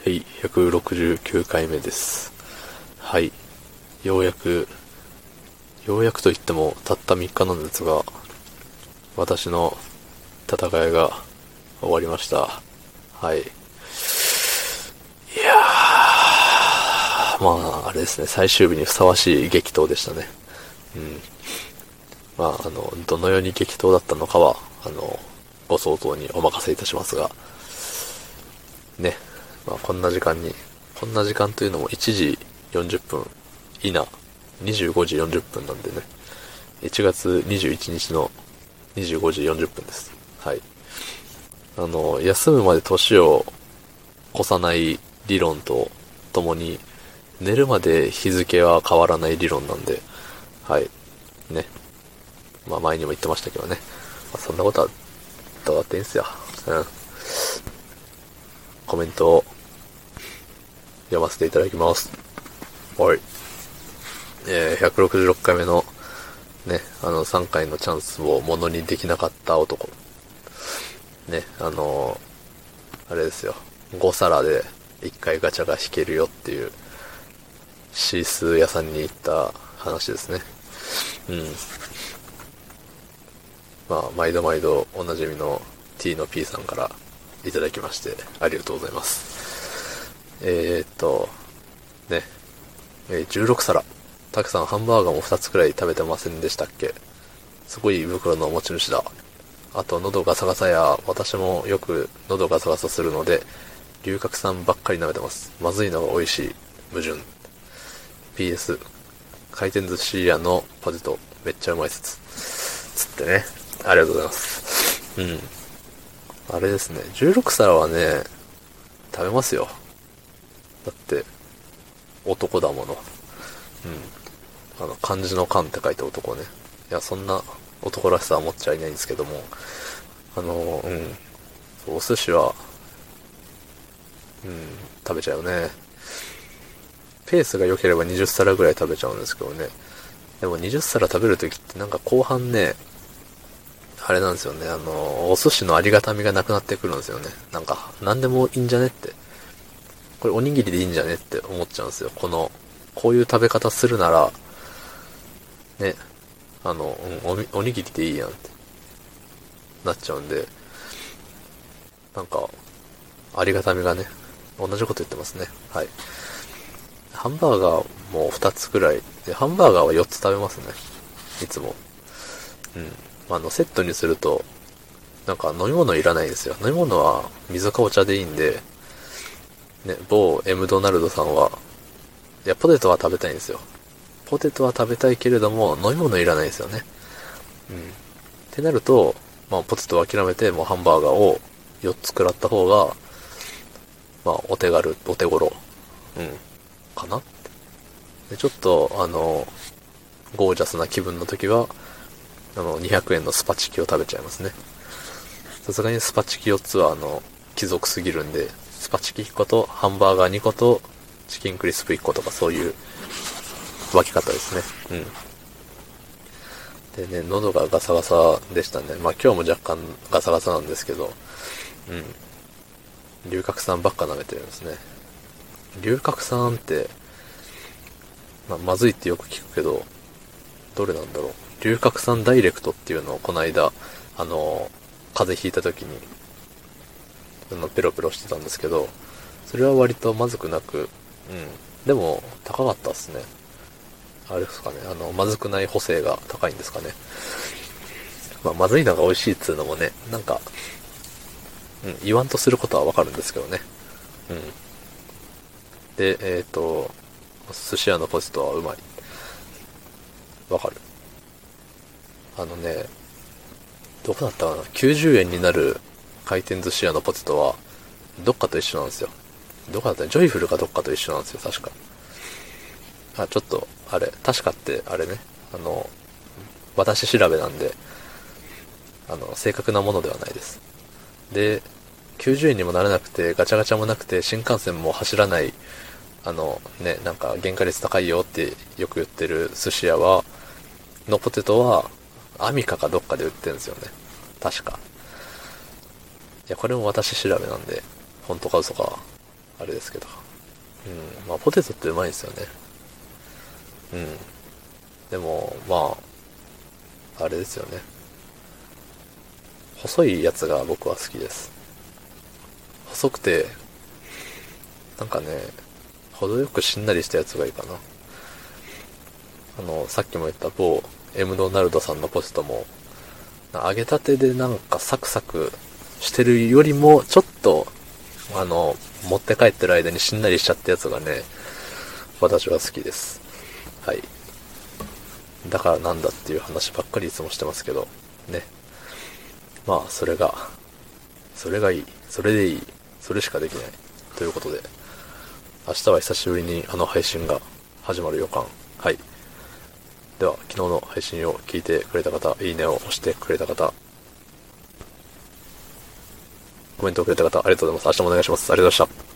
はい、169回目です。はい、ようやくと言ってもたった3日なんですが、私の戦いが終わりました。はい。いやー、まあ、あれですね、最終日にふさわしい激闘でしたね。うん。まあ、どのように激闘だったのかは、ご想像にお任せいたしますが、ね、まあ、こんな時間というのも1時40分いな、25時40分なんでね、1月21日の25時40分です。はい。休むまで年を越さない理論とともに、寝るまで日付は変わらない理論なんで、はい。ね。まあ前にも言ってましたけどね。まあ、そんなことはどうだっていいんすよ。うん。コメントを読ませていただきます。はい。166回目のね、3回のチャンスをものにできなかった男。ね、あれですよ。5皿で1回ガチャが引けるよっていう、シースー屋さんに行った話ですね。うん。まあ、毎度毎度おなじみの T の P さんからいただきまして、ありがとうございます。ね、16皿。たくさんハンバーガーも2つくらい食べてませんでしたっけ？すごい胃袋の持ち主だ。あと喉ガサガサや、私もよく喉ガサガサするので、龍角散ばっかり舐めてます。まずいのが美味しい。矛盾。PS、回転寿司屋のポテト、めっちゃうまい説。つってね。ありがとうございます。うん。あれですね。16皿はね、食べますよ。だって、男だもの。うん。漢字の漢って書いて男ね。いや、そんな男らしさは持っちゃいないんですけども、お寿司は、食べちゃうね。ペースが良ければ20皿ぐらい食べちゃうんですけどね。でも20皿食べるときってなんか後半ね、あれなんですよね、お寿司のありがたみがなくなってくるんですよね。なんか、なんでもいいんじゃねって。これおにぎりでいいんじゃねって思っちゃうんですよ。こういう食べ方するなら、ね、おにぎりでいいやんってなっちゃうんで、なんか、ありがたみがね、同じこと言ってますね。はい。ハンバーガーも2つくらい。で、ハンバーガーは4つ食べますね。いつも。うん。セットにすると、なんか飲み物いらないですよ。飲み物は水かお茶でいいんで、ね、某エムドナルドさんは、いや、ポテトは食べたいんですよ。ポテトは食べたいけれども、飲み物いらないですよね。うん。ってなると、まあ、ポテトを諦めて、もうハンバーガーを4つ食らった方が、まあ、お手頃、うん、かな。で、ちょっと、ゴージャスな気分の時は、200円のスパチキを食べちゃいますね。さすがにスパチキ4つは、貴族すぎるんで、スパチキ1個と、ハンバーガー2個と、チキンクリスプ1個とかそういう分け方ですね。うん。でね、喉がガサガサでしたね。まあ今日も若干ガサガサなんですけど、龍角散ばっか舐めてるんですね。龍角散って、まずいってよく聞くけど、どれなんだろう。龍角散ダイレクトっていうのをこの間、風邪ひいた時に、ペロペロしてたんですけど、それは割とまずくなく、でも、高かったっすね。あれですかね、まずくない補正が高いんですかね。まあ、まずいのが美味しいっつうのもね、なんか、言わんとすることはわかるんですけどね。うん。で、寿司屋のポテトはうまい。わかる。どこだったかな？ 90 円になる回転寿司屋のポテトは、どっかと一緒なんですよ。どこだったジョイフルかどっかと一緒なんですよ、確か。ちょっと、あれ、確かって、あれね、私調べなんで、正確なものではないです。で、90円にもならなくて、ガチャガチャもなくて、新幹線も走らない、なんか原価率高いよってよく言ってる寿司屋のポテトは、アミカかどっかで売ってるんですよね。確か。いや、これも私調べなんで、本当か嘘かあれですけど。まあポテトってうまいんですよね。でも、まあ、あれですよね。細いやつが僕は好きです。細くて、なんかね、程よくしんなりしたやつがいいかな。さっきも言った某 M ドナルドさんのポテトも、揚げたてでなんかサクサクしてるよりも、ちょっと、持って帰ってる間にしんなりしちゃったやつがね、私は好きです。はい。だからなんだっていう話ばっかりいつもしてますけど、ね。まあ、それがいい。それでいい。それしかできない。ということで、明日は久しぶりに配信が始まる予感。はい。では、昨日の配信を聞いてくれた方、いいねを押してくれた方、コメントをくれた方、ありがとうございます。明日もお願いします。ありがとうございました。